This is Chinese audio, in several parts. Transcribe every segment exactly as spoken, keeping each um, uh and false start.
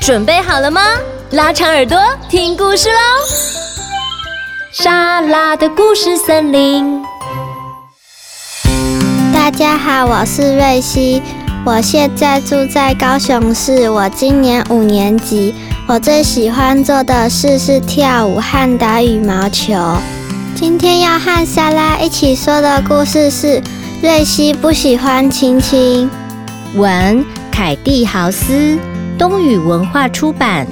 准备好了吗？拉长耳朵听故事喽！莎拉的故事森林。 大家好，我是瑞希，我现在住在高雄市，我今年五年级。我最喜欢做的事是跳舞和打羽毛球。今天要和莎拉一起说的故事是瑞希不喜欢亲亲。 文凯蒂豪斯，东宇文化出版。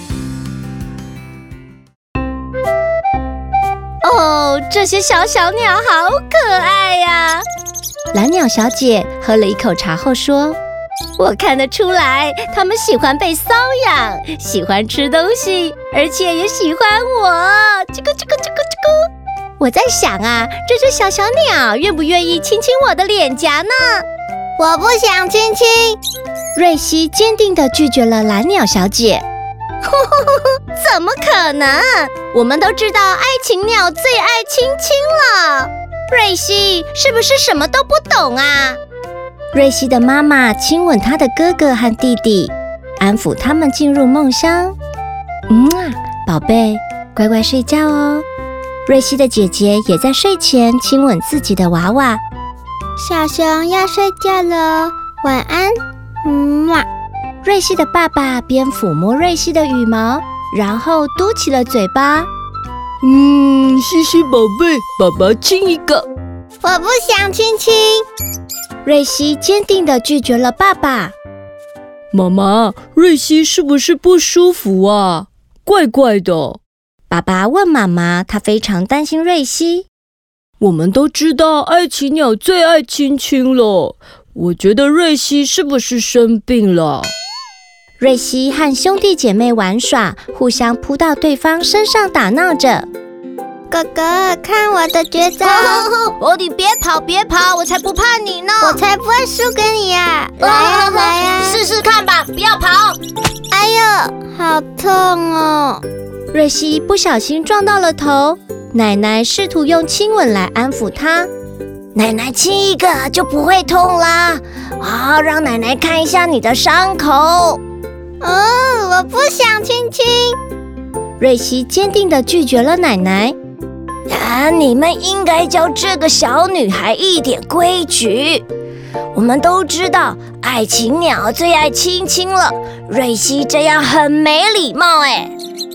哦，这些小小鸟好可爱呀！蓝鸟小姐喝了一口茶后说：“我看得出来，它们喜欢被搔痒，喜欢吃东西，而且也喜欢我。叽咕叽咕叽咕叽咕。我在想啊，这只小小鸟愿不愿意亲亲我的脸颊呢？” 我不想亲亲。 瑞希坚定地拒绝了蓝鸟小姐。怎么可能？我们都知道爱情鸟最爱亲亲了。瑞希是不是什么都不懂啊？瑞希的妈妈亲吻她的哥哥和弟弟，安抚他们进入梦乡。嗯啊，宝贝，乖乖睡觉哦。瑞希的姐姐也在睡前亲吻自己的娃娃。 小熊要睡觉了，晚安。嗯嘛。 瑞希的爸爸边抚摸瑞希的羽毛，然后嘟起了嘴巴。 嗯，谢谢宝贝，爸爸亲一个。 我不想亲亲。 瑞希坚定地拒绝了爸爸。 妈妈，瑞希是不是不舒服啊？怪怪的。 爸爸问妈妈，他非常担心瑞希。 我们都知道爱情鸟最爱亲亲了，我觉得瑞希是不是生病了？ 瑞希和兄弟姐妹玩耍，互相扑到对方身上打闹着。 哥哥，看我的绝招！ 哦，你别跑别跑，我才不怕你呢！ 我才不会输给你啊！来呀、啊、来呀、啊！ 试试看吧，不要跑！ 哎呦，好痛哦！ 瑞希不小心撞到了头，奶奶试图用亲吻来安抚她。奶奶亲一个就不会痛啦。好，让奶奶看一下你的伤口。 哦，我不想亲亲。 瑞希坚定地拒绝了奶奶。啊，你们应该教这个小女孩一点规矩。我们都知道，爱情鸟最爱亲亲了。瑞希这样很没礼貌哎。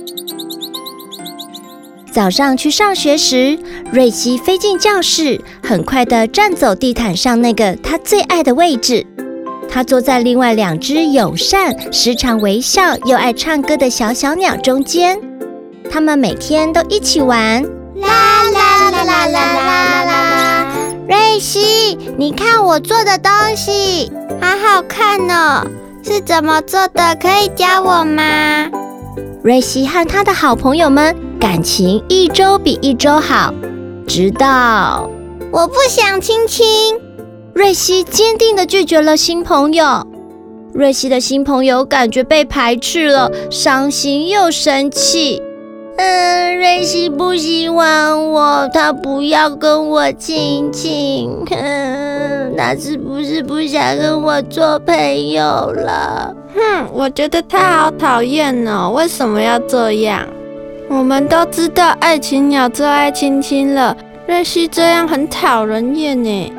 早上去上学时，瑞希飞进教室，很快地站走地毯上那个她最爱的位置。她坐在另外两只友善、时常微笑又爱唱歌的小小鸟中间。他们每天都一起玩。 啦啦啦啦啦啦啦！瑞希，你看我做的东西，好好看哦！是怎么做的？可以教我吗？ 瑞希和他的好朋友们感情一周比一周好，直到…… 我不想亲亲。 瑞希坚定地拒绝了新朋友。瑞希的新朋友感觉被排斥了，伤心又生气。嗯，瑞希不喜欢我，他不要跟我亲亲。嗯，他是不是不想跟我做朋友了？ 哼，我觉得他好讨厌哦，为什么要这样？我们都知道爱情鸟最爱亲亲了，瑞希这样很讨人厌呢。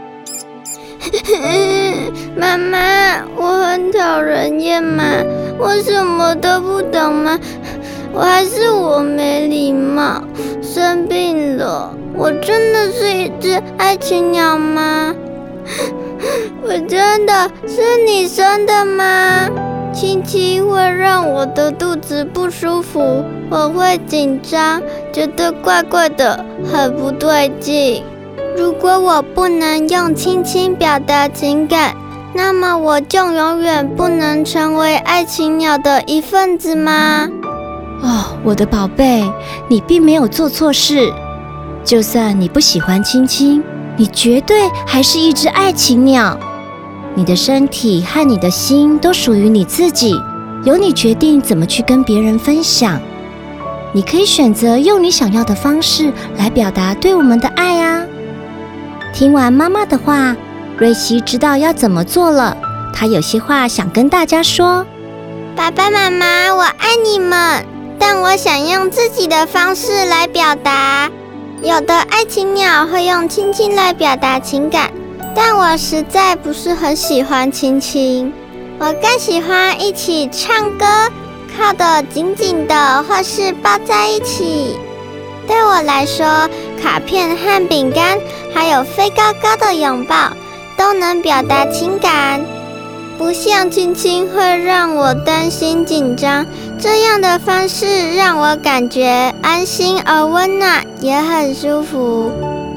妈妈，我很讨人厌吗？我什么都不懂吗？我还是我没礼貌，生病了。我真的是一只爱情鸟吗？我真的是你生的吗？亲亲会让我的肚子不舒服，我会紧张，觉得怪怪的，很不对劲。如果我不能用亲亲表达情感，那么我就永远不能成为爱情鸟的一份子吗？ 哦，我的宝贝，你并没有做错事。就算你不喜欢亲亲，你绝对还是一只爱情鸟。你的身体和你的心都属于你自己，由你决定怎么去跟别人分享。你可以选择用你想要的方式来表达对我们的爱啊。听完妈妈的话，瑞希知道要怎么做了。她有些话想跟大家说。 爸爸妈妈，我爱你们，但我想用自己的方式来表达。有的爱情鸟会用亲亲来表达情感，但我实在不是很喜欢亲亲，我更喜欢一起唱歌，靠得紧紧的，或是抱在一起。对我来说，卡片和饼干，还有飞高高的拥抱，都能表达情感。不像亲亲会让我担心紧张，这样的方式让我感觉安心而温暖，也很舒服。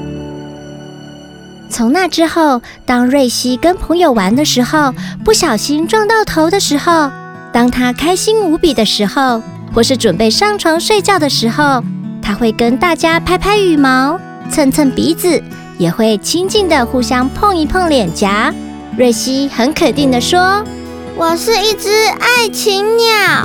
从那之后，当瑞希跟朋友玩的时候，不小心撞到头的时候，当他开心无比的时候，或是准备上床睡觉的时候，他会跟大家拍拍羽毛，蹭蹭鼻子，也会亲近的互相碰一碰脸颊。瑞希很肯定地说：“ 我是一只爱情鸟。”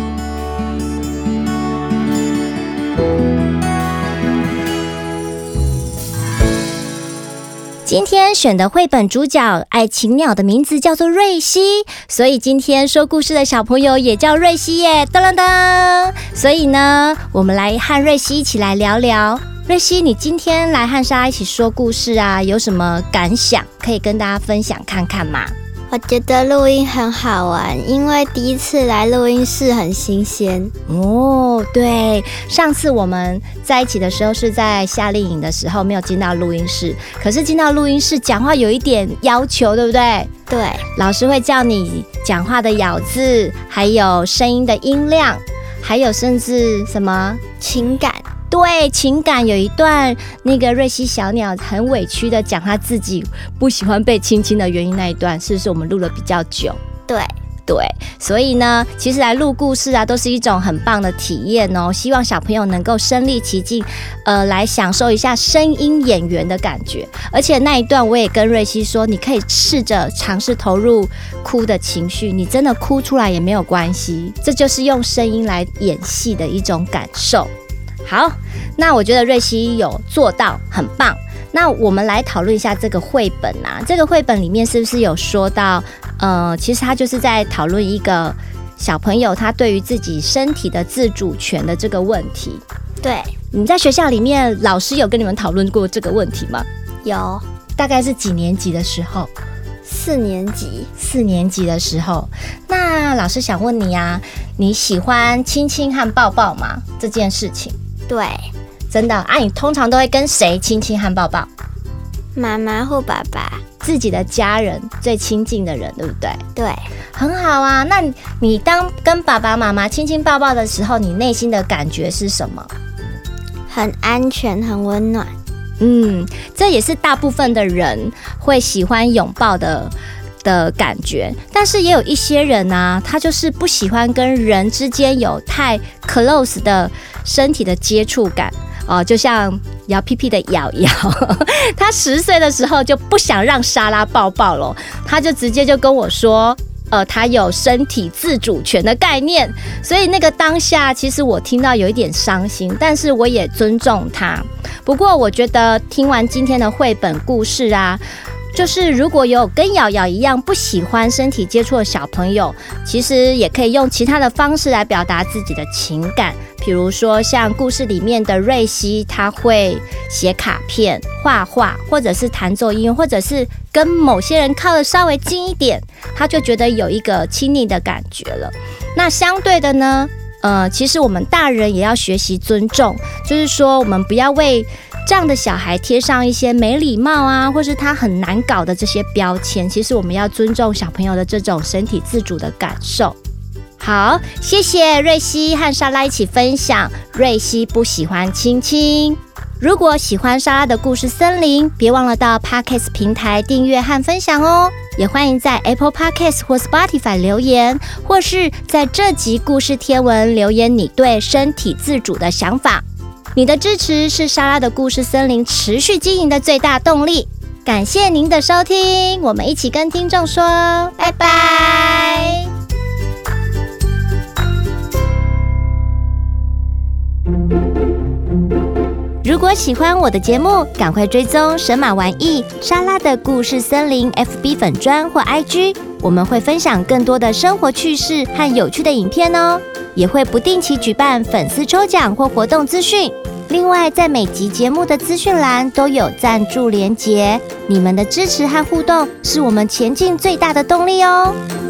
今天选的绘本主角爱情鸟的名字叫做瑞希，所以今天说故事的小朋友也叫瑞希耶，噔噔噔！所以呢，我们来和瑞希一起来聊聊。瑞希，你今天来和莎拉一起说故事啊，有什么感想可以跟大家分享看看吗？ 我觉得录音很好玩，因为第一次来录音室很新鲜。 哦，对，上次我们在一起的时候是在夏令营的时候，没有进到录音室。可是进到录音室讲话有一点要求，对不对？ 对， 老师会叫你讲话的咬字，还有声音的音量，还有甚至什么情感。 对，情感有一段，那个瑞希小鸟很委屈的讲他自己不喜欢被亲亲的原因那一段，是不是我们录了比较久？ 对对，所以呢，其实来录故事啊，都是一种很棒的体验哦。希望小朋友能够身临其境，呃，来享受一下声音演员的感觉。而且那一段我也跟瑞希说，你可以试着尝试投入哭的情绪，你真的哭出来也没有关系，这就是用声音来演戏的一种感受。好，那我觉得瑞希有做到，很棒。那我们来讨论一下这个绘本啊，这个绘本里面是不是有说到，呃，其实他就是在讨论一个小朋友他对于自己身体的自主权的这个问题。 对， 你在学校里面，老师有跟你们讨论过这个问题吗？ 有， 大概是几年级的时候？ 四年级。 四年级的时候，那老师想问你啊，你喜欢亲亲和抱抱吗？这件事情？ 对， 真的啊？你通常都会跟谁亲亲和抱抱？ 妈妈或爸爸， 自己的家人，最亲近的人，对不对？ 对， 很好啊。那你当跟爸爸妈妈亲亲抱抱的时候，你内心的感觉是什么？ 很安全，很温暖。 嗯，这也是大部分的人会喜欢拥抱的的感觉，但是也有一些人啊，他就是不喜欢跟人之间有太 close 的身体的接触感哦，就像摇屁屁的瑶瑶，他十岁的时候就不想让莎拉抱抱了，他就直接就跟我说，呃，他有身体自主权的概念，所以那个当下，其实我听到有一点伤心，但是我也尊重他。不过我觉得听完今天的绘本故事啊，就是如果有跟瑶瑶一样不喜欢身体接触的小朋友，其实也可以用其他的方式来表达自己的情感。比如说像故事里面的瑞希，他会写卡片、画画，或者是弹奏音乐，或者是跟某些人靠得稍微近一点，他就觉得有一个亲昵的感觉了。那相对的呢，呃，其实我们大人也要学习尊重，就是说我们不要为这样的小孩贴上一些没礼貌啊，或是他很难搞的这些标签。其实我们要尊重小朋友的这种身体自主的感受。好，谢谢瑞希和莎拉一起分享瑞希不喜欢亲亲。如果喜欢莎拉的故事森林，别忘了到 Podcast 平台订阅和分享哦。也欢迎在 Apple Podcast 或 Spotify 留言，或是在这集故事贴文留言你对身体自主的想法。你的支持是莎拉的故事森林持续经营的最大动力。感谢您的收听，我们一起跟听众说拜拜。如果喜欢我的节目，赶快追踪神马玩意莎拉的故事森林 F B 粉专或 I G， 我们会分享更多的生活趣事和有趣的影片哦，也会不定期举办粉丝抽奖或活动资讯。另外，在每集节目的资讯栏都有赞助连结，你们的支持和互动是我们前进最大的动力哦。